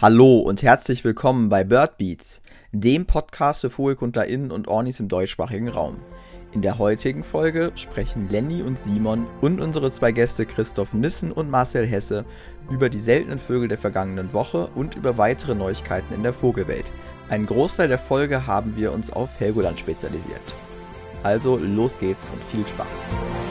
Hallo und herzlich willkommen bei Bird Beats, dem Podcast für VogelkundlerInnen und Ornis im deutschsprachigen Raum. In der heutigen Folge sprechen Lenny und Simon und unsere zwei Gäste Christoph Nissen und Marcel Hesse über die seltenen Vögel der vergangenen Woche und über weitere Neuigkeiten in der Vogelwelt. Einen Großteil der Folge haben wir uns auf Helgoland spezialisiert. Also los geht's und viel Spaß!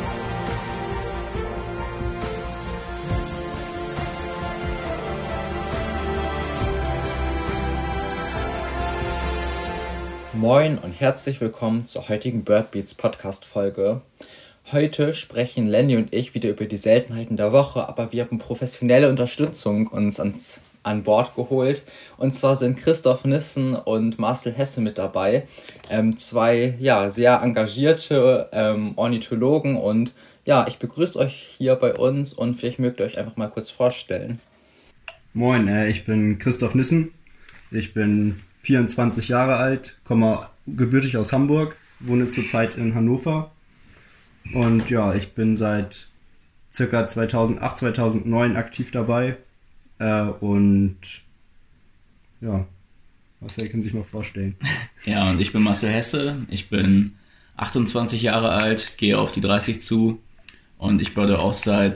Moin und herzlich willkommen zur heutigen Bird Beats Podcast-Folge. Heute sprechen Lenny und ich wieder über die Seltenheiten der Woche, aber wir haben professionelle Unterstützung uns an Bord geholt. Und zwar sind Christoph Nissen und Marcel Hesse mit dabei. Zwei sehr engagierte Ornithologen. Und ja, ich begrüße euch hier bei uns und vielleicht mögt ihr euch einfach mal kurz vorstellen. Moin, ich bin Christoph Nissen. Ich bin 24 Jahre alt, komme gebürtig aus Hamburg, wohne zurzeit in Hannover und ja, ich bin seit circa 2008, 2009 aktiv dabei und ja, Marcel kann sich mal vorstellen. Ja, und ich bin Marcel Hesse, ich bin 28 Jahre alt, gehe auf die 30 zu und ich birde auch seit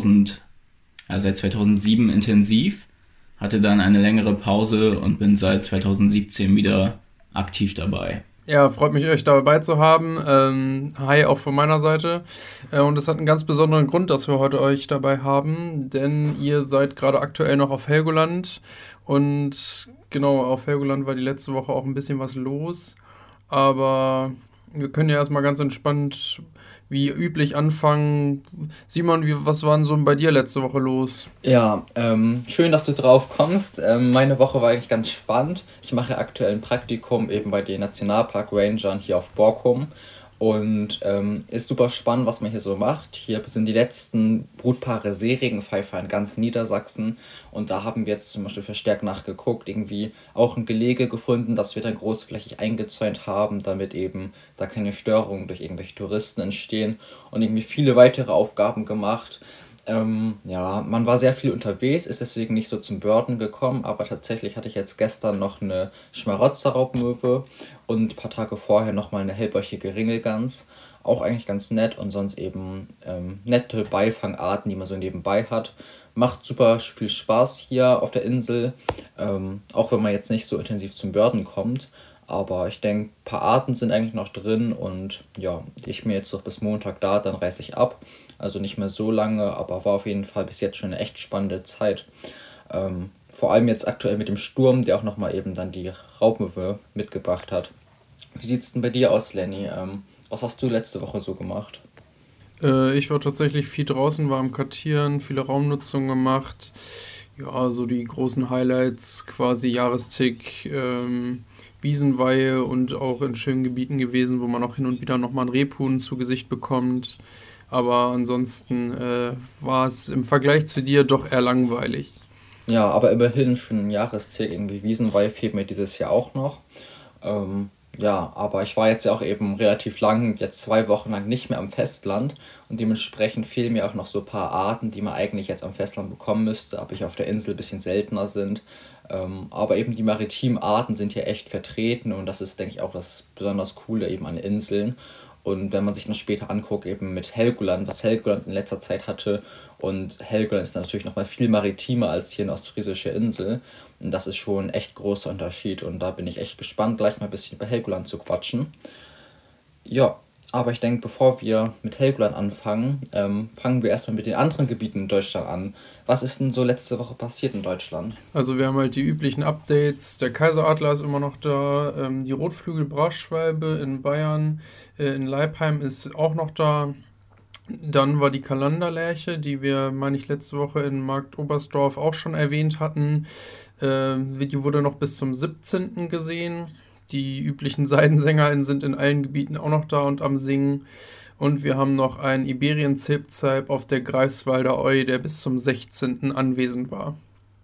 2007 intensiv. Hatte dann eine längere Pause und bin seit 2017 wieder aktiv dabei. Ja, freut mich, euch dabei zu haben. Hi auch von meiner Seite. Und es hat einen ganz besonderen Grund, dass wir heute euch dabei haben, denn ihr seid gerade aktuell noch auf Helgoland. Und genau, auf Helgoland war die letzte Woche auch ein bisschen was los. Aber wir können ja erstmal ganz entspannt wie üblich anfangen. Simon, was war denn so bei dir letzte Woche los? Ja, schön, dass du drauf kommst. Meine Woche war eigentlich ganz spannend. Ich mache aktuell ein Praktikum eben bei den Nationalpark-Rangern hier auf Borkum. Und ist super spannend, was man hier so macht. Hier sind die letzten Brutpaare Seeregenpfeifer in ganz Niedersachsen. Und da haben wir jetzt zum Beispiel verstärkt nachgeguckt, irgendwie auch ein Gelege gefunden, das wir dann großflächig eingezäunt haben, damit eben da keine Störungen durch irgendwelche Touristen entstehen. Und irgendwie viele weitere Aufgaben gemacht. Man war sehr viel unterwegs, ist deswegen nicht so zum Birden gekommen, aber tatsächlich hatte ich jetzt gestern noch eine Schmarotzerraubmöwe und ein paar Tage vorher nochmal eine hellbäuchige Ringelgans. Auch eigentlich ganz nett und sonst eben nette Beifangarten, die man so nebenbei hat. Macht super viel Spaß hier auf der Insel, auch wenn man jetzt nicht so intensiv zum Birden kommt. Aber ich denke, ein paar Arten sind eigentlich noch drin und ja, ich bin jetzt noch bis Montag da, dann reise ich ab. Also nicht mehr so lange, aber war auf jeden Fall bis jetzt schon eine echt spannende Zeit. Vor allem jetzt aktuell mit dem Sturm, der auch nochmal eben dann die Raubmöwe mitgebracht hat. Wie sieht es denn bei dir aus, Lenny? Was hast du letzte Woche so gemacht? Ich war tatsächlich viel draußen, war am Kartieren, viele Raumnutzung gemacht. Ja, so die großen Highlights, quasi Jahrestick, Wiesenweihe und auch in schönen Gebieten gewesen, wo man auch hin und wieder nochmal einen Rebhuhn zu Gesicht bekommt. Aber ansonsten war es im Vergleich zu dir doch eher langweilig. Ja, aber immerhin schon ein Jahrestick, irgendwie Wiesenweihe fehlt mir dieses Jahr auch noch. Aber ich war jetzt ja auch eben relativ lang, jetzt 2 Wochen lang nicht mehr am Festland und dementsprechend fehlen mir auch noch so ein paar Arten, die man eigentlich jetzt am Festland bekommen müsste, aber ich auf der Insel ein bisschen seltener sind. Aber eben die maritimen Arten sind hier echt vertreten und das ist, denke ich, auch das besonders Coole eben an Inseln. Und wenn man sich noch später anguckt, eben mit Helgoland, was Helgoland in letzter Zeit hatte, und Helgoland ist natürlich noch mal viel maritimer als hier eine ostfriesische Insel. Und das ist schon ein echt großer Unterschied. Und da bin ich echt gespannt, gleich mal ein bisschen über Helgoland zu quatschen. Ja, aber ich denke, bevor wir mit Helgoland anfangen, fangen wir erstmal mit den anderen Gebieten in Deutschland an. Was ist denn so letzte Woche passiert in Deutschland? Also wir haben halt die üblichen Updates. Der Kaiseradler ist immer noch da. Die Rotflügelbrachschwalbe in Bayern, in Leipheim ist auch noch da. Dann war die Kalanderlerche, die wir, meine ich, letzte Woche in Markt Oberstdorf auch schon erwähnt hatten. Die wurde noch bis zum 17. gesehen. Die üblichen SeidensängerInnen sind in allen Gebieten auch noch da und am Singen. Und wir haben noch einen Iberien-Zilpzalp auf der Greifswalder Oy, der bis zum 16. anwesend war.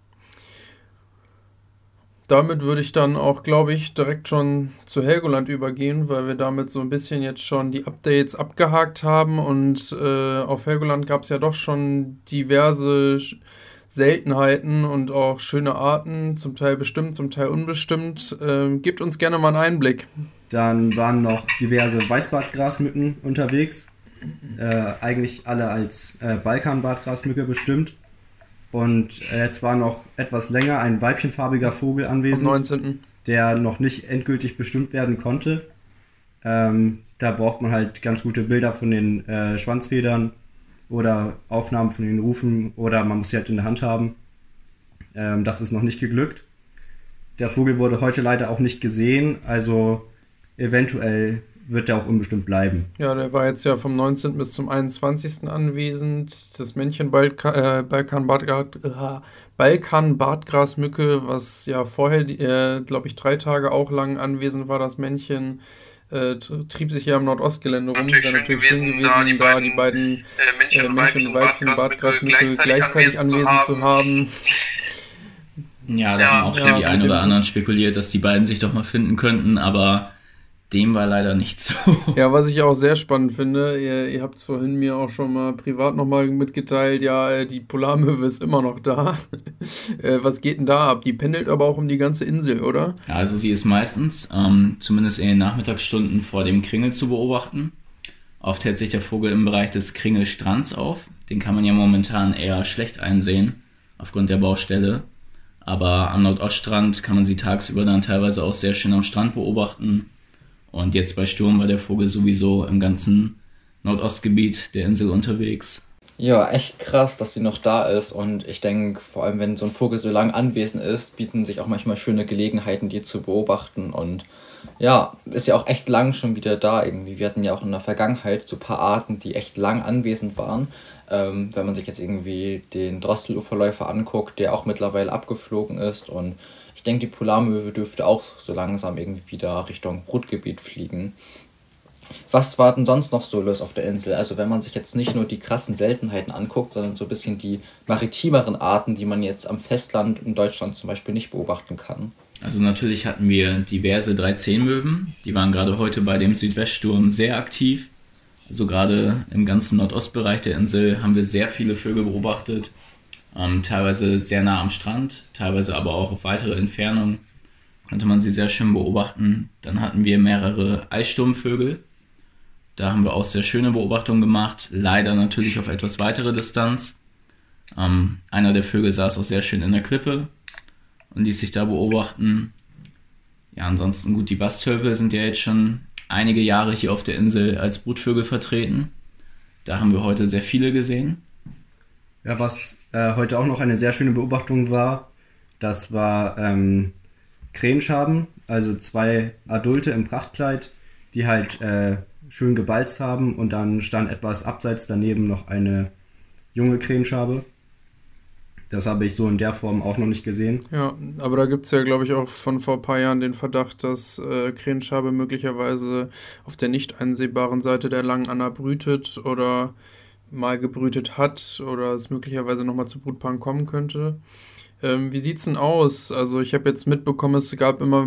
Damit würde ich dann auch, glaube ich, direkt schon zu Helgoland übergehen, weil wir damit so ein bisschen jetzt schon die Updates abgehakt haben. Und auf Helgoland gab es ja doch schon diverse Seltenheiten und auch schöne Arten, zum Teil bestimmt, zum Teil unbestimmt. Gebt uns gerne mal einen Einblick. Dann waren noch diverse Weißbartgrasmücken unterwegs. Eigentlich alle als Balkanbartgrasmücke bestimmt. Und jetzt war noch etwas länger ein weibchenfarbiger Vogel anwesend, Am 19. der noch nicht endgültig bestimmt werden konnte. Da braucht man halt ganz gute Bilder von den Schwanzfedern oder Aufnahmen von den Rufen oder man muss sie halt in der Hand haben. Das ist noch nicht geglückt. Der Vogel wurde heute leider auch nicht gesehen, also eventuell wird der auch unbestimmt bleiben. Ja, der war jetzt ja vom 19. bis zum 21. anwesend. Das Männchen Balkanbartgrasmücke, was ja vorher, glaube ich, 3 Tage auch lang anwesend war, das Männchen, trieb sich ja im Nordostgelände rum. Natürlich Wäre schön gewesen, da die beiden Männchen und Weibchen-Bartgrasmücke gleichzeitig anwesend zu haben. Ja, da haben auch schon die ein oder anderen spekuliert, dass die beiden sich doch mal finden könnten, aber dem war leider nicht so. Ja, was ich auch sehr spannend finde, ihr habt es vorhin mir auch schon mal privat nochmal mitgeteilt, ja, die Polarmöwe ist immer noch da. Was geht denn da ab? Die pendelt aber auch um die ganze Insel, oder? Ja, also sie ist meistens, zumindest in den Nachmittagsstunden vor dem Kringel zu beobachten. Oft hält sich der Vogel im Bereich des Kringelstrands auf. Den kann man ja momentan eher schlecht einsehen, aufgrund der Baustelle. Aber am Nordoststrand kann man sie tagsüber dann teilweise auch sehr schön am Strand beobachten. Und jetzt bei Sturm war der Vogel sowieso im ganzen Nordostgebiet der Insel unterwegs. Ja, echt krass, dass sie noch da ist und ich denke, vor allem wenn so ein Vogel so lang anwesend ist, bieten sich auch manchmal schöne Gelegenheiten, die zu beobachten und ja, ist ja auch echt lang schon wieder da irgendwie. Wir hatten ja auch in der Vergangenheit so ein paar Arten, die echt lang anwesend waren. Wenn man sich jetzt irgendwie den Drosseluferläufer anguckt, der auch mittlerweile abgeflogen ist und ich denke, die Polarmöwe dürfte auch so langsam irgendwie wieder Richtung Brutgebiet fliegen. Was war denn sonst noch so los auf der Insel? Also wenn man sich jetzt nicht nur die krassen Seltenheiten anguckt, sondern so ein bisschen die maritimeren Arten, die man jetzt am Festland in Deutschland zum Beispiel nicht beobachten kann. Also natürlich hatten wir diverse 3-10-Möwen. Die waren gerade heute bei dem Südweststurm sehr aktiv. Also gerade im ganzen Nordostbereich der Insel haben wir sehr viele Vögel beobachtet. Teilweise sehr nah am Strand, teilweise aber auch auf weitere Entfernung konnte man sie sehr schön beobachten. Dann hatten wir mehrere Eissturmvögel. Da haben wir auch sehr schöne Beobachtungen gemacht, leider natürlich auf etwas weitere Distanz. Einer der Vögel saß auch sehr schön in der Klippe und ließ sich da beobachten. Ja, ansonsten gut, die Bastölpel sind ja jetzt schon einige Jahre hier auf der Insel als Brutvögel vertreten. Da haben wir heute sehr viele gesehen. Ja, was heute auch noch eine sehr schöne Beobachtung war, das war Krähenschaben, also 2 Adulte im Prachtkleid, die halt schön gebalzt haben und dann stand etwas abseits daneben noch eine junge Krähenschabe. Das habe ich so in der Form auch noch nicht gesehen. Ja, aber da gibt es ja, glaube ich, auch von vor ein paar Jahren den Verdacht, dass Krähenschabe möglicherweise auf der nicht einsehbaren Seite der Langen Anna brütet oder mal gebrütet hat oder es möglicherweise nochmal zu Brutpaaren kommen könnte. Wie sieht's denn aus? Also ich habe jetzt mitbekommen, es gab immer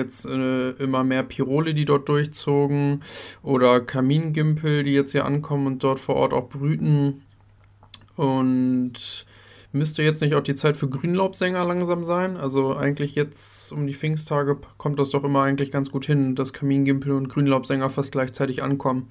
mehr Pirole, die dort durchzogen oder Kamingimpel, die jetzt hier ankommen und dort vor Ort auch brüten. Und müsste jetzt nicht auch die Zeit für Grünlaubsänger langsam sein? Also eigentlich jetzt um die Pfingsttage kommt das doch immer eigentlich ganz gut hin, dass Kamingimpel und Grünlaubsänger fast gleichzeitig ankommen.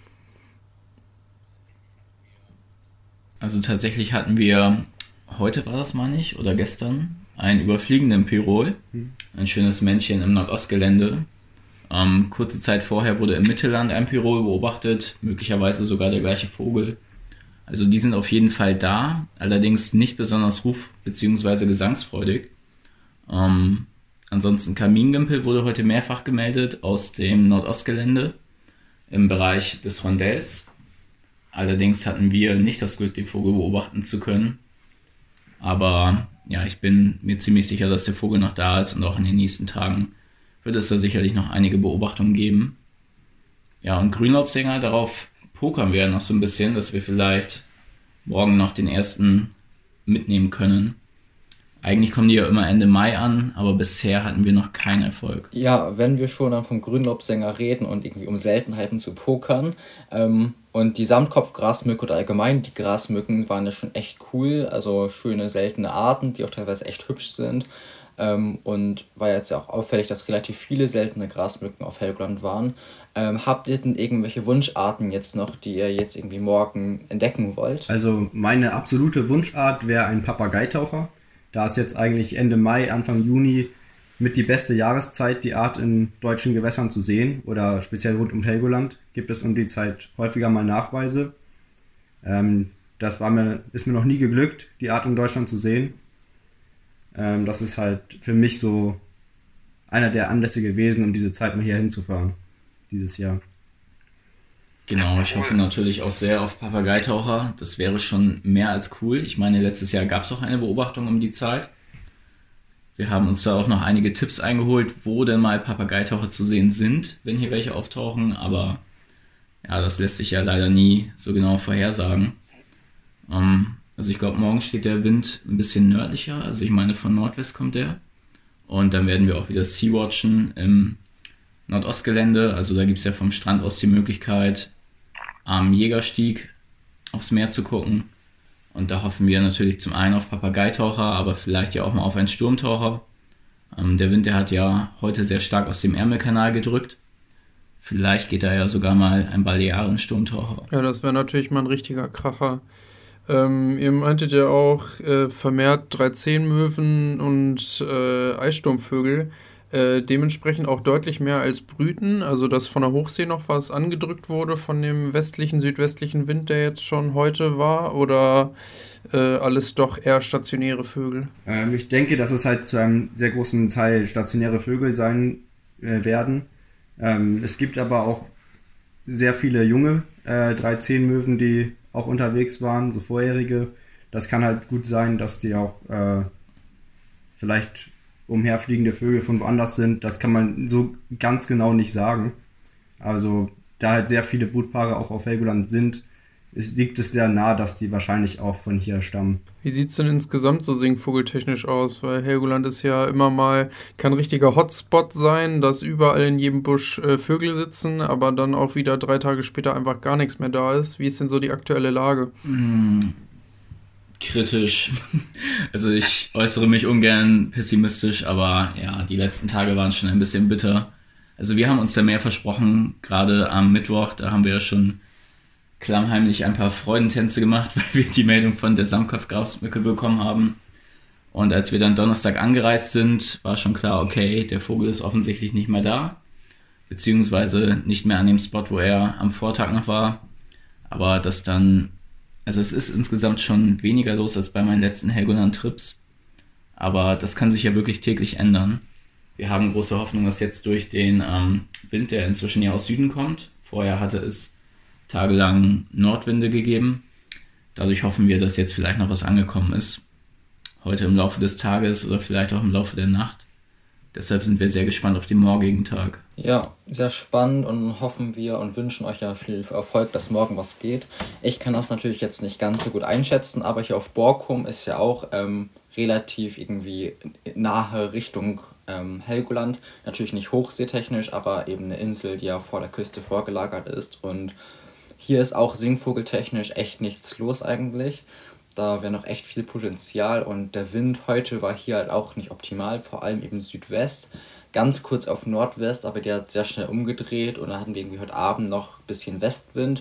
Also tatsächlich hatten wir, heute war das meine ich, oder gestern, einen überfliegenden Pirol, ein schönes Männchen im Nordostgelände. Kurze Zeit vorher wurde im Mittelland ein Pirol beobachtet, möglicherweise sogar der gleiche Vogel. Also die sind auf jeden Fall da, allerdings nicht besonders ruf- bzw. gesangsfreudig. Ansonsten Kamingimpel wurde heute mehrfach gemeldet aus dem Nordostgelände im Bereich des Rondells. Allerdings hatten wir nicht das Glück, den Vogel beobachten zu können. Aber ja, ich bin mir ziemlich sicher, dass der Vogel noch da ist und auch in den nächsten Tagen wird es da sicherlich noch einige Beobachtungen geben. Ja, und Grünlaubsänger, darauf pokern wir noch so ein bisschen, dass wir vielleicht morgen noch den ersten mitnehmen können. Eigentlich kommen die ja immer Ende Mai an, aber bisher hatten wir noch keinen Erfolg. Ja, wenn wir schon dann vom Grünlaubsänger reden und irgendwie um Seltenheiten zu pokern, Und die Samtkopfgrasmücke oder allgemein die Grasmücken waren ja schon echt cool, also schöne seltene Arten, die auch teilweise echt hübsch sind. Und war jetzt ja auch auffällig, dass relativ viele seltene Grasmücken auf Helgoland waren. Habt ihr denn irgendwelche Wunscharten jetzt noch, die ihr jetzt irgendwie morgen entdecken wollt? Also meine absolute Wunschart wäre ein Papageitaucher. Da ist jetzt eigentlich Ende Mai, Anfang Juni mit die beste Jahreszeit, die Art in deutschen Gewässern zu sehen. Oder speziell rund um Helgoland gibt es um die Zeit häufiger mal Nachweise. Das ist mir noch nie geglückt, die Art in Deutschland zu sehen. Das ist halt für mich so einer der Anlässe gewesen, um diese Zeit mal hier hinzufahren, dieses Jahr. Genau, ich hoffe natürlich auch sehr auf Papageitaucher. Das wäre schon mehr als cool. Ich meine, letztes Jahr gab es auch eine Beobachtung um die Zeit. Wir haben uns da auch noch einige Tipps eingeholt, wo denn mal Papageitaucher zu sehen sind, wenn hier welche auftauchen. Aber ja, das lässt sich ja leider nie so genau vorhersagen. Also ich glaube, morgen steht der Wind ein bisschen nördlicher. Also ich meine, von Nordwest kommt der. Und dann werden wir auch wieder Sea-Watchen im Nordostgelände. Also da gibt es ja vom Strand aus die Möglichkeit, am Jägerstieg aufs Meer zu gucken. Und da hoffen wir natürlich zum einen auf Papageitaucher, aber vielleicht ja auch mal auf einen Sturmtaucher. Der Wind, der hat ja heute sehr stark aus dem Ärmelkanal gedrückt. Vielleicht geht da ja sogar mal ein Balearen-Sturmtaucher. Ja, das wäre natürlich mal ein richtiger Kracher. Ihr meintet ja auch vermehrt 3-10-Möwen und Eissturmvögel. Dementsprechend auch deutlich mehr als Brüten, also dass von der Hochsee noch was angedrückt wurde von dem südwestlichen Wind, der jetzt schon heute war, oder alles doch eher stationäre Vögel? Ich denke, dass es halt zu einem sehr großen Teil stationäre Vögel sein werden. Es gibt aber auch sehr viele junge 3-10-Möwen, die auch unterwegs waren, so vorherige. Das kann halt gut sein, dass die auch vielleicht umherfliegende Vögel von woanders sind. Das kann man so ganz genau nicht sagen. Also da halt sehr viele Brutpaare auch auf Helgoland sind, liegt es sehr nah, dass die wahrscheinlich auch von hier stammen. Wie sieht es denn insgesamt so singvogeltechnisch aus? Weil Helgoland ist ja immer mal, kann ein richtiger Hotspot sein, dass überall in jedem Busch Vögel sitzen, aber dann auch wieder 3 Tage später einfach gar nichts mehr da ist. Wie ist denn so die aktuelle Lage? Kritisch. Also ich äußere mich ungern pessimistisch, aber ja, die letzten Tage waren schon ein bisschen bitter. Also wir haben uns da mehr versprochen, gerade am Mittwoch, da haben wir ja schon klammheimlich ein paar Freudentänze gemacht, weil wir die Meldung von der Samtkopfgrasmücke bekommen haben. Und als wir dann Donnerstag angereist sind, war schon klar, okay, der Vogel ist offensichtlich nicht mehr da, beziehungsweise nicht mehr an dem Spot, wo er am Vortag noch war. Aber das dann, also es ist insgesamt schon weniger los als bei meinen letzten Helgoland-Trips. Aber das kann sich ja wirklich täglich ändern. Wir haben große Hoffnung, dass jetzt durch den Wind, der inzwischen ja aus Süden kommt, vorher hatte es tagelang Nordwinde gegeben. Dadurch hoffen wir, dass jetzt vielleicht noch was angekommen ist. Heute im Laufe des Tages oder vielleicht auch im Laufe der Nacht. Deshalb sind wir sehr gespannt auf den morgigen Tag. Ja, sehr spannend und hoffen wir und wünschen euch ja viel Erfolg, dass morgen was geht. Ich kann das natürlich jetzt nicht ganz so gut einschätzen, aber hier auf Borkum ist ja auch relativ irgendwie nahe Richtung Helgoland. Natürlich nicht hochseetechnisch, aber eben eine Insel, die ja vor der Küste vorgelagert ist. Und hier ist auch singvogeltechnisch echt nichts los eigentlich. Da wäre noch echt viel Potenzial und der Wind heute war hier halt auch nicht optimal, vor allem eben Südwest. Ganz kurz auf Nordwest, aber der hat sehr schnell umgedreht und dann hatten wir irgendwie heute Abend noch ein bisschen Westwind.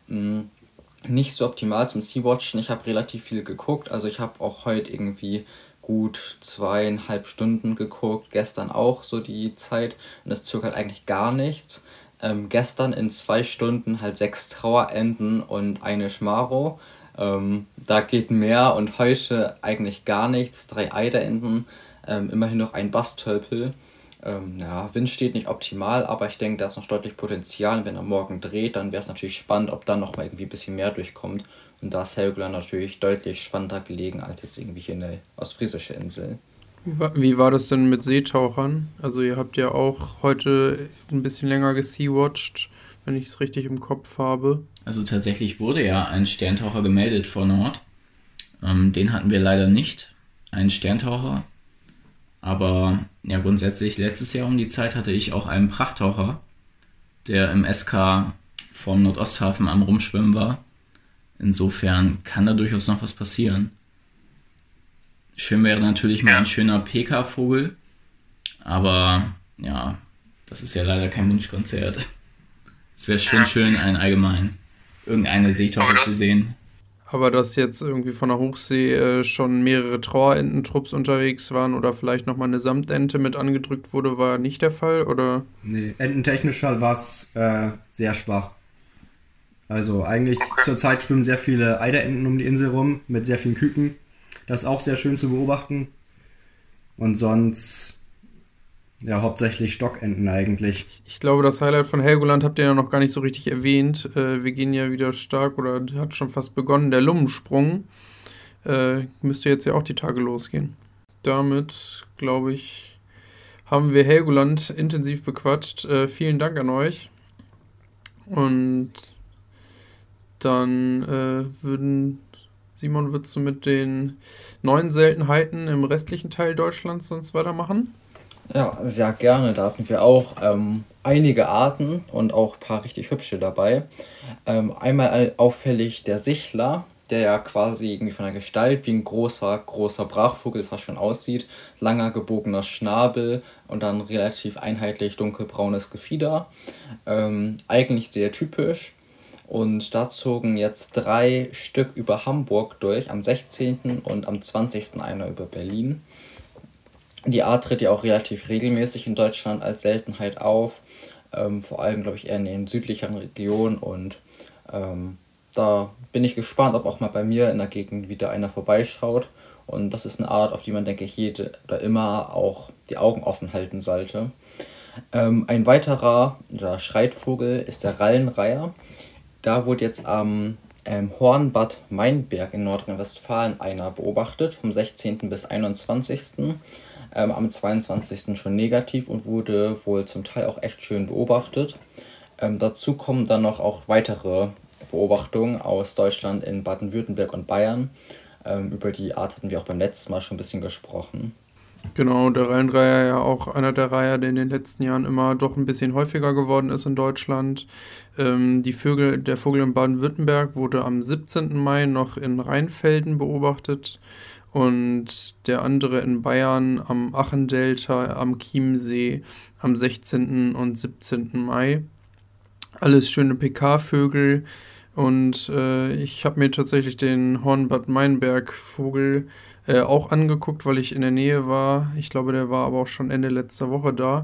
Nicht so optimal zum Sea-Watchen. Ich habe relativ viel geguckt, also ich habe auch heute irgendwie gut 2,5 Stunden geguckt, gestern auch so die Zeit und es zog halt eigentlich gar nichts. Gestern in 2 Stunden halt 6 Trauerenten und eine Schmaro. Da geht mehr und heute eigentlich gar nichts. 3 Eiderenten, immerhin noch ein Bastölpel. Wind steht nicht optimal, aber ich denke, da ist noch deutlich Potenzial. Und wenn er morgen dreht, dann wäre es natürlich spannend, ob dann noch mal irgendwie ein bisschen mehr durchkommt. Und da ist Helgoland natürlich deutlich spannender gelegen als jetzt irgendwie hier eine ostfriesische Insel. Wie war das denn mit Seetauchern? Also ihr habt ja auch heute ein bisschen länger geseawatcht, wenn ich es richtig im Kopf habe. Also tatsächlich wurde ja ein Sterntaucher gemeldet vor Nord. Den hatten wir leider nicht, einen Sterntaucher. Aber ja, grundsätzlich letztes Jahr um die Zeit hatte ich auch einen Prachttaucher, der im SK vom Nordosthafen am Rumschwimmen war. Insofern kann da durchaus noch was passieren. Schön wäre natürlich mal ein schöner PK-Vogel, aber ja, das ist ja leider kein Wunschkonzert. Es wäre schön, einen allgemein irgendeine Seetaucher zu sehen. Aber dass jetzt irgendwie von der Hochsee schon mehrere Trauerententrupps unterwegs waren oder vielleicht nochmal eine Samtente mit angedrückt wurde, war nicht der Fall, oder? Nee, ententechnisch war es sehr schwach. Also eigentlich zurzeit schwimmen sehr viele Eiderenten um die Insel rum mit sehr vielen Küken. Das ist auch sehr schön zu beobachten. Und sonst ja hauptsächlich Stockenten eigentlich. Ich glaube, das Highlight von Helgoland habt ihr ja noch gar nicht so richtig erwähnt. Wir gehen ja wieder stark oder hat schon fast begonnen. Der Lummensprung müsste jetzt ja auch die Tage losgehen. Damit, glaube ich, haben wir Helgoland intensiv bequatscht. Vielen Dank an euch. Und dann Simon, würdest du mit den neuen Seltenheiten im restlichen Teil Deutschlands sonst weitermachen? Ja, sehr gerne. Da hatten wir auch einige Arten und auch ein paar richtig hübsche dabei. Einmal auffällig der Sichler, der ja quasi irgendwie von der Gestalt wie ein großer Brachvogel fast schon aussieht. Langer, gebogener Schnabel und dann relativ einheitlich dunkelbraunes Gefieder. Eigentlich sehr typisch. Und da zogen jetzt 3 Stück über Hamburg durch, am 16. und am 20. einer über Berlin. Die Art tritt ja auch relativ regelmäßig in Deutschland als Seltenheit auf, vor allem, glaube ich, eher in den südlicheren Regionen. Und da bin ich gespannt, ob auch mal bei mir in der Gegend wieder einer vorbeischaut. Und das ist eine Art, auf die man, denke ich, jede oder immer auch die Augen offen halten sollte. Ein weiterer Schreitvogel ist der Rallenreiher. Da wurde jetzt am Hornbad Meinberg in Nordrhein-Westfalen einer beobachtet, vom 16. bis 21. Am 22. schon negativ und wurde wohl zum Teil auch echt schön beobachtet. Dazu kommen dann noch auch weitere Beobachtungen aus Deutschland in Baden-Württemberg und Bayern. Über die Art hatten wir auch beim letzten Mal schon ein bisschen gesprochen. Genau, der Rallenreiher ja auch einer der Reiher, der in den letzten Jahren immer doch ein bisschen häufiger geworden ist in Deutschland. Der Vogel in Baden-Württemberg wurde am 17. Mai noch in Rheinfelden beobachtet und der andere in Bayern am Achendelta am Chiemsee am 16. und 17. Mai. Alles schöne PK-Vögel und ich habe mir tatsächlich den Hornbad Meinberg-Vogel auch angeguckt, weil ich in der Nähe war. Ich glaube, der war aber auch schon Ende letzter Woche da.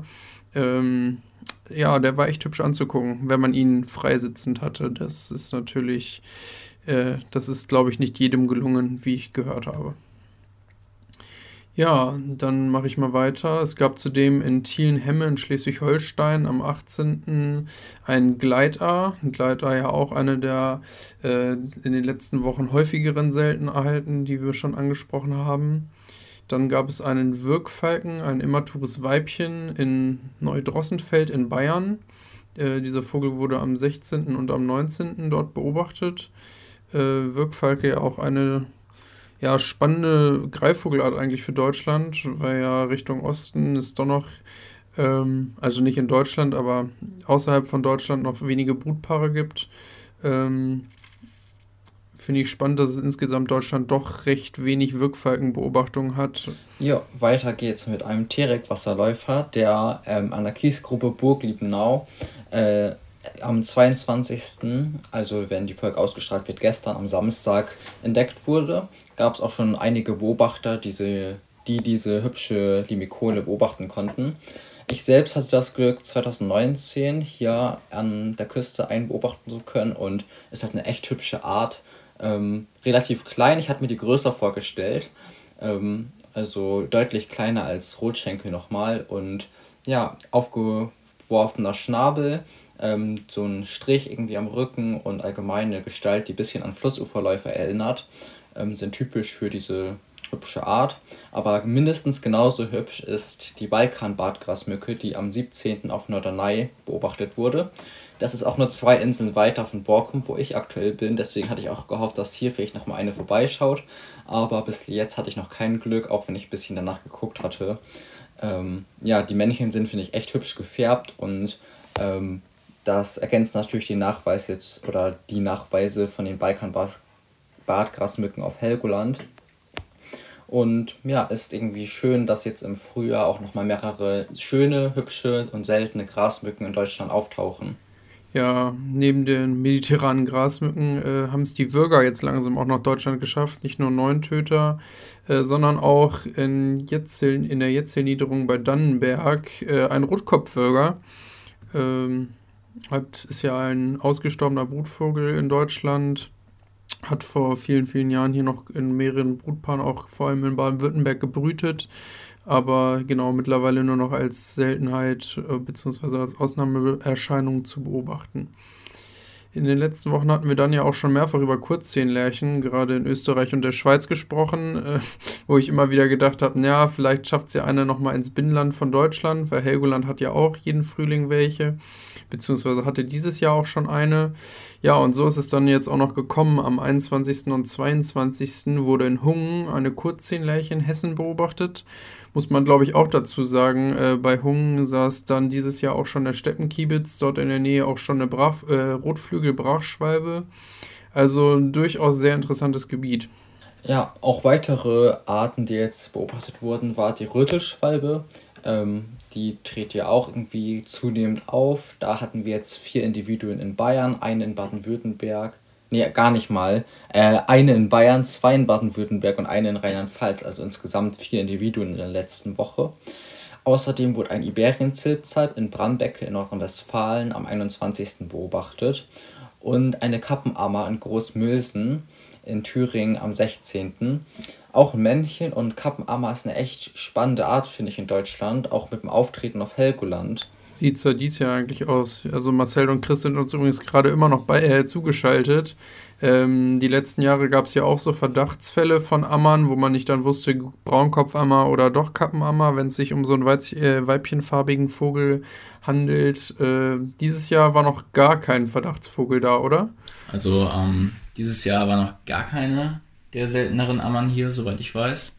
Ja, der war echt hübsch anzugucken, wenn man ihn freisitzend hatte. Das ist natürlich, glaube ich, nicht jedem gelungen, wie ich gehört habe. Ja, dann mache ich mal weiter. Es gab zudem in Thielen-Hemme in Schleswig-Holstein am 18. ein Gleitaar. Ein Gleitaar ja auch eine der in den letzten Wochen häufigeren Seltenheiten, die wir schon angesprochen haben. Dann gab es einen Wirkfalken, ein immatures Weibchen in Neudrossenfeld in Bayern. Dieser Vogel wurde am 16. und am 19. dort beobachtet. Wirkfalke ja auch eine spannende Greifvogelart eigentlich für Deutschland, weil ja Richtung Osten es doch noch, also nicht in Deutschland, aber außerhalb von Deutschland noch wenige Brutpaare gibt. Finde ich spannend, dass es insgesamt Deutschland doch recht wenig Wirkfalkenbeobachtungen hat. Ja, weiter geht's mit einem Terekwasserläufer, der an der Kiesgrube Burg Liebenau am 22., also wenn die Folge ausgestrahlt wird, gestern am Samstag entdeckt wurde. Gab es auch schon einige Beobachter, die diese hübsche Limikole beobachten konnten. Ich selbst hatte das Glück, 2019 hier an der Küste einen beobachten zu können und es hat eine echt hübsche Art. Relativ klein, ich hatte mir die größer vorgestellt, also deutlich kleiner als Rotschenkel nochmal und ja, aufgeworfener Schnabel, so ein Strich irgendwie am Rücken und allgemeine Gestalt, die ein bisschen an Flussuferläufer erinnert, sind typisch für diese hübsche Art, aber mindestens genauso hübsch ist die Balkan-Bartgrasmücke, die am 17. auf Norderney beobachtet wurde. Das ist auch nur 2 Inseln weiter von Borkum, wo ich aktuell bin, deswegen hatte ich auch gehofft, dass hier vielleicht nochmal eine vorbeischaut, aber bis jetzt hatte ich noch kein Glück, auch wenn ich ein bisschen danach geguckt hatte. Die Männchen sind, finde ich, echt hübsch gefärbt und Das ergänzt natürlich den Nachweis jetzt oder die Nachweise von den Balkan-Bartgrasmücken auf Helgoland. Und ja, ist irgendwie schön, dass jetzt im Frühjahr auch nochmal mehrere schöne, hübsche und seltene Grasmücken in Deutschland auftauchen. Ja, neben den mediterranen Grasmücken haben es die Würger jetzt langsam auch nach Deutschland geschafft. Nicht nur Neuntöter, sondern auch in der Jetzelniederung bei Dannenberg ein Rotkopfwürger. Ist ja ein ausgestorbener Brutvogel in Deutschland. Hat vor vielen, vielen Jahren hier noch in mehreren Brutpaaren, auch vor allem in Baden-Württemberg, gebrütet. Aber genau, mittlerweile nur noch als Seltenheit bzw. als Ausnahmeerscheinung zu beobachten. In den letzten Wochen hatten wir dann ja auch schon mehrfach über Kurzzehenlärchen, gerade in Österreich und der Schweiz gesprochen, wo ich immer wieder gedacht habe, naja, vielleicht schafft es ja einer nochmal ins Binnenland von Deutschland, weil Helgoland hat ja auch jeden Frühling welche, beziehungsweise hatte dieses Jahr auch schon eine. Ja, und so ist es dann jetzt auch noch gekommen. Am 21. und 22. wurde in Hungen eine Kurzzehenlerche in Hessen beobachtet. Muss man, glaube ich, auch dazu sagen, bei Hungen saß dann dieses Jahr auch schon der Steppenkiebitz, dort in der Nähe auch schon eine Rotflügel-Brachschwalbe. Also ein durchaus sehr interessantes Gebiet. Ja, auch weitere Arten, die jetzt beobachtet wurden, war die Rötelschwalbe. Die tritt ja auch irgendwie zunehmend auf. Da hatten wir jetzt 4 Individuen in Bayern, eine in Baden-Württemberg. Nee, gar nicht mal. Eine in Bayern, 2 in Baden-Württemberg und eine in Rheinland-Pfalz. Also insgesamt 4 Individuen in der letzten Woche. Außerdem wurde ein Iberienzilpzalp in Brambecke in Nordrhein-Westfalen am 21. beobachtet. Und eine Kappenammer in Großmülsen in Thüringen am 16. Auch ein Männchen, und Kappenammer ist eine echt spannende Art, finde ich, in Deutschland, auch mit dem Auftreten auf Helgoland. Sieht ja dies Jahr eigentlich aus. Also Marcel und Chris sind uns übrigens gerade immer noch zugeschaltet. Die letzten Jahre gab es ja auch so Verdachtsfälle von Ammern, wo man nicht dann wusste, Braunkopfammer oder doch Kappenammer, wenn es sich um so einen weibchenfarbigen Vogel handelt. Dieses Jahr war noch gar kein Verdachtsvogel da, oder? Also dieses Jahr war noch gar keine der selteneren Ammern hier, soweit ich weiß.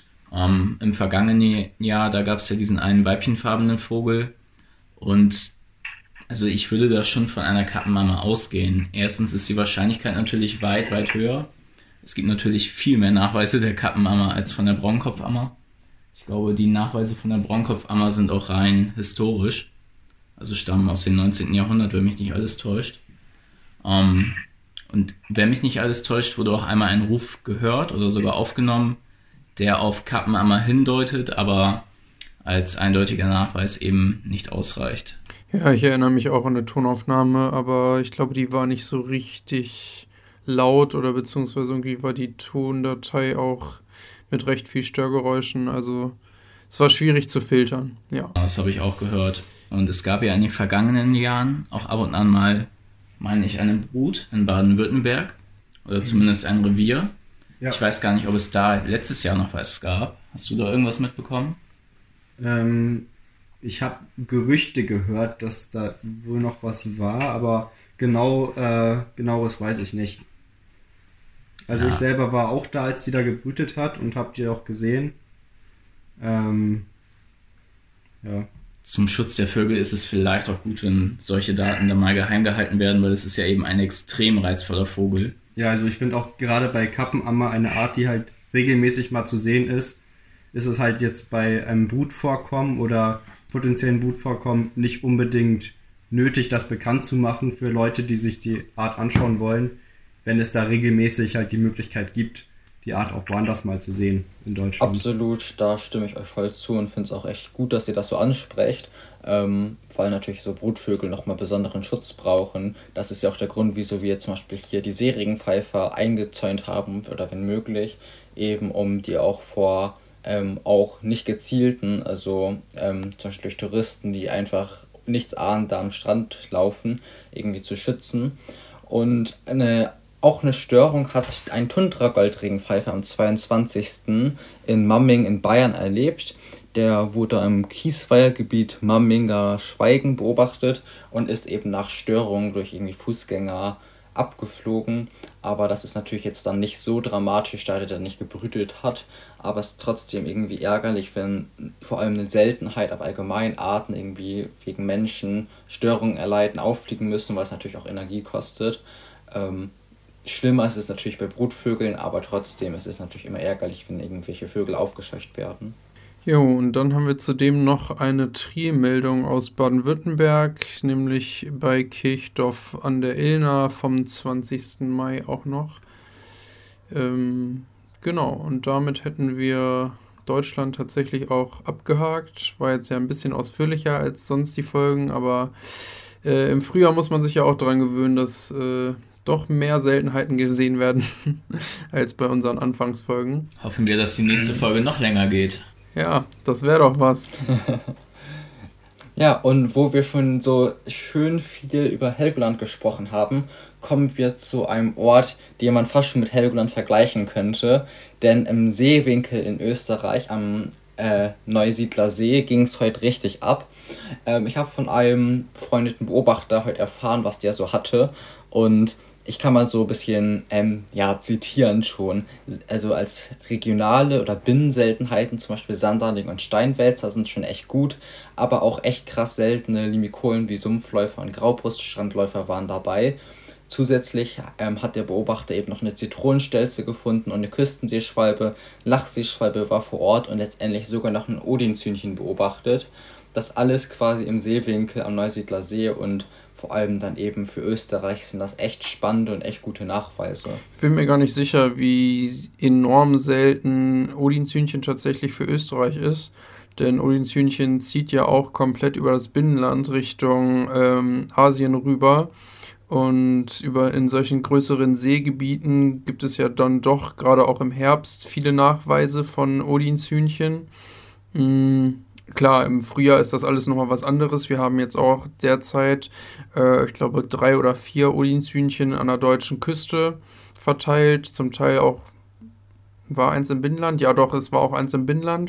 Im vergangenen Jahr, da gab es ja diesen einen weibchenfarbenen Vogel. Und also ich würde da schon von einer Kappenammer ausgehen. Erstens ist die Wahrscheinlichkeit natürlich weit, weit höher. Es gibt natürlich viel mehr Nachweise der Kappenammer als von der Braunkopfammer. Ich glaube, die Nachweise von der Braunkopfammer sind auch rein historisch. Also stammen aus dem 19. Jahrhundert, wenn mich nicht alles täuscht. Und wenn mich nicht alles täuscht, wurde auch einmal ein Ruf gehört oder sogar aufgenommen, der auf Kappenammer hindeutet, aber als eindeutiger Nachweis eben nicht ausreicht. Ja, ich erinnere mich auch an eine Tonaufnahme, aber ich glaube, die war nicht so richtig laut oder beziehungsweise irgendwie war die Tondatei auch mit recht viel Störgeräuschen. Also es war schwierig zu filtern, ja. Das habe ich auch gehört. Und es gab ja in den vergangenen Jahren auch ab und an mal, meine ich, eine Brut in Baden-Württemberg oder zumindest ein Revier. Ja. Ich weiß gar nicht, ob es da letztes Jahr noch was gab. Hast du da irgendwas mitbekommen? Ich habe Gerüchte gehört, dass da wohl noch was war, aber genaueres weiß ich nicht. Also ja. Ich selber war auch da, als die da gebrütet hat und habe die auch gesehen. Ja. Zum Schutz der Vögel ist es vielleicht auch gut, wenn solche Daten dann mal geheim gehalten werden, weil es ist ja eben ein extrem reizvoller Vogel. Ja, also ich finde auch gerade bei Kappenammer eine Art, die halt regelmäßig mal zu sehen ist es halt jetzt bei einem Brutvorkommen oder potenziellen Brutvorkommen nicht unbedingt nötig, das bekannt zu machen für Leute, die sich die Art anschauen wollen, wenn es da regelmäßig halt die Möglichkeit gibt, die Art auch woanders mal zu sehen in Deutschland. Absolut, da stimme ich euch voll zu und finde es auch echt gut, dass ihr das so ansprecht, weil natürlich so Brutvögel nochmal besonderen Schutz brauchen. Das ist ja auch der Grund, wieso wir zum Beispiel hier die Seeregenpfeifer eingezäunt haben oder wenn möglich, eben um die auch vor auch nicht gezielten, also zum Beispiel durch Touristen, die einfach nichts ahnend da am Strand laufen, irgendwie zu schützen. Und auch eine Störung hat ein Tundra-Goldregenpfeifer am 22. in Mamming in Bayern erlebt. Der wurde im Kiesweiergebiet Mamminger Schweigen beobachtet und ist eben nach Störungen durch irgendwie Fußgänger abgeflogen. Aber das ist natürlich jetzt dann nicht so dramatisch, da der dann nicht gebrütet hat. Aber es ist trotzdem irgendwie ärgerlich, wenn vor allem eine Seltenheit, aber allgemein Arten irgendwie wegen Menschen Störungen erleiden, auffliegen müssen, weil es natürlich auch Energie kostet. Schlimmer ist es natürlich bei Brutvögeln, aber trotzdem ist es natürlich immer ärgerlich, wenn irgendwelche Vögel aufgescheucht werden. Jo, und dann haben wir zudem noch eine Triermeldung aus Baden-Württemberg, nämlich bei Kirchdorf an der Illner vom 20. Mai auch noch. Genau, und damit hätten wir Deutschland tatsächlich auch abgehakt. War jetzt ja ein bisschen ausführlicher als sonst die Folgen, aber im Frühjahr muss man sich ja auch daran gewöhnen, dass doch mehr Seltenheiten gesehen werden als bei unseren Anfangsfolgen. Hoffen wir, dass die nächste Folge noch länger geht. Ja, das wäre doch was. Ja, und wo wir schon so schön viel über Helgoland gesprochen haben, kommen wir zu einem Ort, den man fast schon mit Helgoland vergleichen könnte. Denn im Seewinkel in Österreich, am Neusiedler See, ging es heute richtig ab. Ich habe von einem befreundeten Beobachter heute erfahren, was der so hatte. Und ich kann mal so ein bisschen zitieren schon. Also als regionale oder Binnenseltenheiten, zum Beispiel Sanderling und Steinwälzer, sind schon echt gut. Aber auch echt krass seltene Limikolen wie Sumpfläufer und Graubruststrandläufer waren dabei. Zusätzlich hat der Beobachter eben noch eine Zitronenstelze gefunden und eine Küstenseeschwalbe. Lachseeschwalbe war vor Ort und letztendlich sogar noch ein Odinshühnchen beobachtet. Das alles quasi im Seewinkel am Neusiedler See, und vor allem dann eben für Österreich sind das echt spannende und echt gute Nachweise. Ich bin mir gar nicht sicher, wie enorm selten Odinshühnchen tatsächlich für Österreich ist. Denn Odinshühnchen zieht ja auch komplett über das Binnenland Richtung Asien rüber. Und in solchen größeren Seegebieten gibt es ja dann doch, gerade auch im Herbst, viele Nachweise von Odinshühnchen. Klar, im Frühjahr ist das alles nochmal was anderes. Wir haben jetzt auch derzeit, ich glaube, 3 oder 4 Odinshühnchen an der deutschen Küste verteilt. Zum Teil auch, war eins im Binnenland? Ja doch, es war auch eins im Binnenland.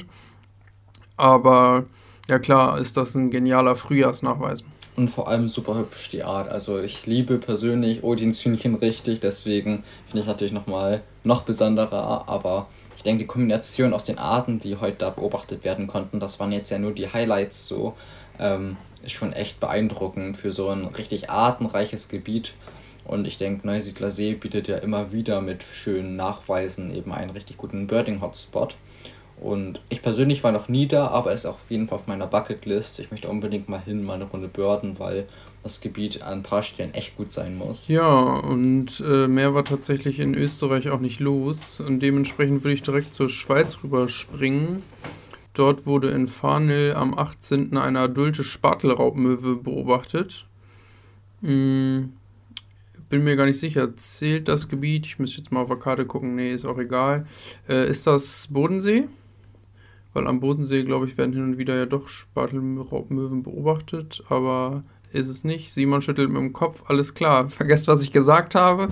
Aber ja klar, ist das ein genialer Frühjahrsnachweis. Und vor allem super hübsch die Art. Also ich liebe persönlich Odinshühnchen richtig, deswegen finde ich es natürlich noch besonderer, aber ich denke, die Kombination aus den Arten, die heute da beobachtet werden konnten, das waren jetzt ja nur die Highlights so, ist schon echt beeindruckend für so ein richtig artenreiches Gebiet. Und ich denke, Neusiedler See bietet ja immer wieder mit schönen Nachweisen eben einen richtig guten Birding-Hotspot. Und ich persönlich war noch nie da, aber ist auch auf jeden Fall auf meiner Bucketlist. Ich möchte unbedingt mal hin, mal eine Runde birden, weil das Gebiet an ein paar Stellen echt gut sein muss. Ja, und mehr war tatsächlich in Österreich auch nicht los. Und dementsprechend würde ich direkt zur Schweiz rüberspringen. Dort wurde in Farnell am 18. eine adulte Spatelraubmöwe beobachtet. Bin mir gar nicht sicher, zählt das Gebiet? Ich müsste jetzt mal auf der Karte gucken, nee, ist auch egal. Ist das Bodensee? Weil am Bodensee, glaube ich, werden hin und wieder ja doch Spatelraubmöwen beobachtet, aber ist es nicht. Simon schüttelt mit dem Kopf, alles klar, vergesst, was ich gesagt habe.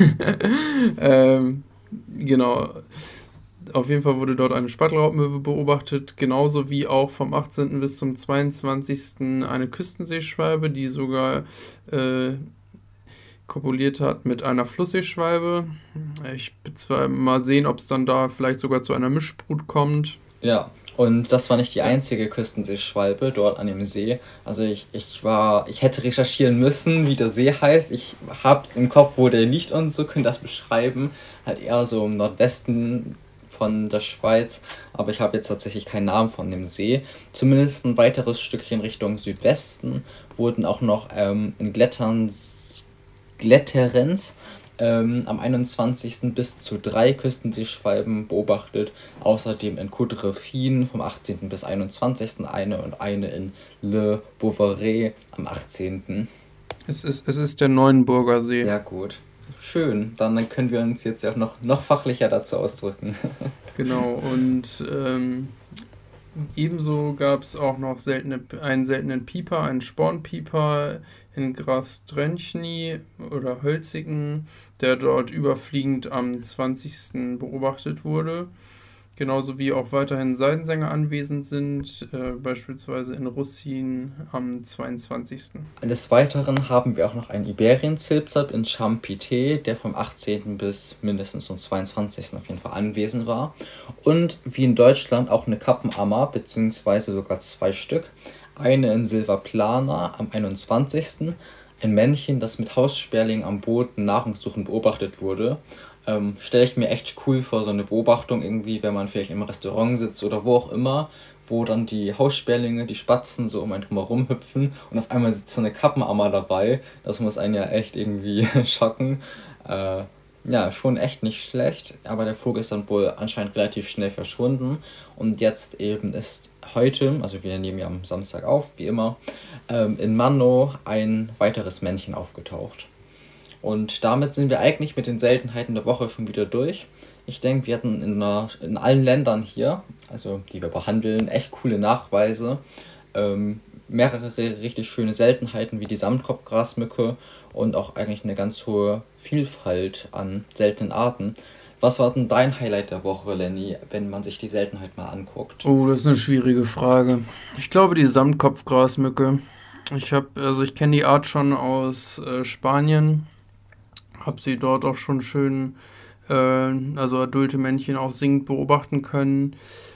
Genau. Auf jeden Fall wurde dort eine Spatelraubmöwe beobachtet, genauso wie auch vom 18. bis zum 22. eine Küstenseeschwalbe, die sogar kopuliert hat mit einer Flussseeschwalbe. Ich will zwar mal sehen, ob es dann da vielleicht sogar zu einer Mischbrut kommt. Ja, und das war nicht die einzige Küstenseeschwalbe dort an dem See. Also ich hätte recherchieren müssen, wie der See heißt. Ich hab's im Kopf, wo der liegt und so, könnte das beschreiben. Halt eher so im Nordwesten von der Schweiz, aber ich habe jetzt tatsächlich keinen Namen von dem See. Zumindest ein weiteres Stückchen Richtung Südwesten wurden auch noch in Gletterens am 21. bis zu 3 Küstenseeschwalben beobachtet. Außerdem in Coudrefin vom 18. bis 21. eine und eine in Le Bouveret am 18. Es ist der Neuenburger See. Ja gut, schön. Dann können wir uns jetzt ja auch noch fachlicher dazu ausdrücken. Genau, und ebenso gab es auch noch einen seltenen Pieper, einen Spornpieper in Grastrenchny oder Hölzigen, der dort überfliegend am 20. beobachtet wurde. Genauso wie auch weiterhin Seidensänger anwesend sind, beispielsweise in Russin am 22. Des Weiteren haben wir auch noch einen Iberien-Zilpzalp in Champité, der vom 18. bis mindestens zum 22. auf jeden Fall anwesend war. Und wie in Deutschland auch eine Kappenammer, beziehungsweise sogar 2 Stück. Eine in Silvaplana am 21. Ein Männchen, das mit Haussperlingen am Boden nahrungssuchend beobachtet wurde. Stelle ich mir echt cool vor, so eine Beobachtung irgendwie, wenn man vielleicht im Restaurant sitzt oder wo auch immer, wo dann die Haussperlinge, die Spatzen so um einen drumherum hüpfen und auf einmal sitzt so eine Kappenammer dabei. Das muss einen ja echt irgendwie schocken. Ja, schon echt nicht schlecht, aber der Vogel ist dann wohl anscheinend relativ schnell verschwunden und jetzt eben ist heute, also wir nehmen ja am Samstag auf, wie immer, in Manno ein weiteres Männchen aufgetaucht. Und damit sind wir eigentlich mit den Seltenheiten der Woche schon wieder durch. Ich denke, wir hatten in allen Ländern hier, also die wir behandeln, echt coole Nachweise. Mehrere richtig schöne Seltenheiten wie die Samtkopfgrasmücke und auch eigentlich eine ganz hohe Vielfalt an seltenen Arten. Was war denn dein Highlight der Woche, Lenny, wenn man sich die Seltenheit mal anguckt? Oh, das ist eine schwierige Frage. Ich glaube, die Samtkopfgrasmücke. Ich kenne die Art schon aus Spanien. Habe sie dort auch schon schön, also adulte Männchen auch singend beobachten können.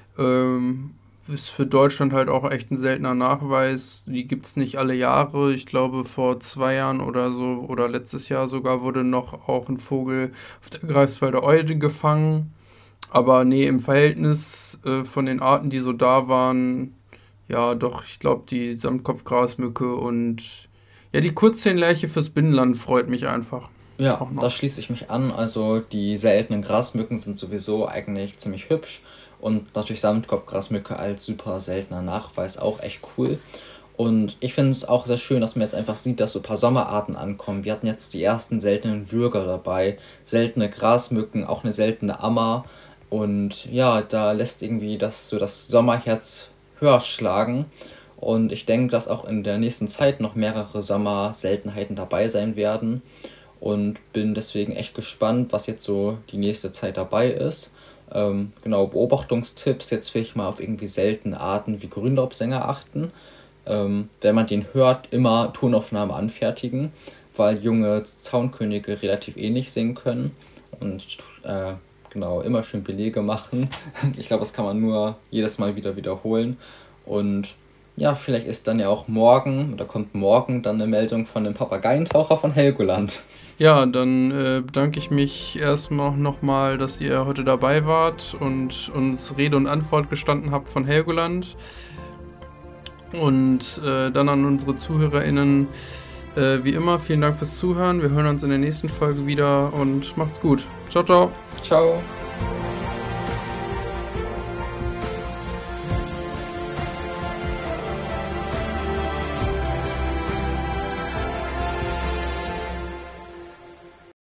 Ist für Deutschland halt auch echt ein seltener Nachweis. Die gibt es nicht alle Jahre. Ich glaube, vor 2 Jahren oder so, oder letztes Jahr sogar, wurde noch auch ein Vogel auf der Greifswalder Eude gefangen. Aber nee, im Verhältnis von den Arten, die so da waren, ja doch, ich glaube, die Samtkopfgrasmücke und ja, die Kurzzehenlerche fürs Binnenland freut mich einfach. Ja, da schließe ich mich an. Also die seltenen Grasmücken sind sowieso eigentlich ziemlich hübsch und natürlich Samtkopfgrasmücke als super seltener Nachweis auch echt cool. Und ich finde es auch sehr schön, dass man jetzt einfach sieht, dass so ein paar Sommerarten ankommen. Wir hatten jetzt die ersten seltenen Würger dabei, seltene Grasmücken, auch eine seltene Ammer. Und ja, da lässt irgendwie das Sommerherz höher schlagen. Und ich denke, dass auch in der nächsten Zeit noch mehrere Sommerseltenheiten dabei sein werden. Und bin deswegen echt gespannt, was jetzt so die nächste Zeit dabei ist. Genau, Beobachtungstipps, jetzt will ich mal auf irgendwie seltene Arten wie Grünlaubsänger achten. Wenn man den hört, immer Tonaufnahme anfertigen, weil junge Zaunkönige relativ ähnlich singen können. Und genau, immer schön Belege machen. Ich glaube, das kann man nur jedes Mal wieder wiederholen. Und ja, vielleicht ist dann ja auch kommt morgen dann eine Meldung von dem Papageientaucher von Helgoland. Ja, dann bedanke ich mich erstmal nochmal, dass ihr heute dabei wart und uns Rede und Antwort gestanden habt von Helgoland. Und dann an unsere ZuhörerInnen, wie immer, vielen Dank fürs Zuhören. Wir hören uns in der nächsten Folge wieder und macht's gut. Ciao, ciao. Ciao.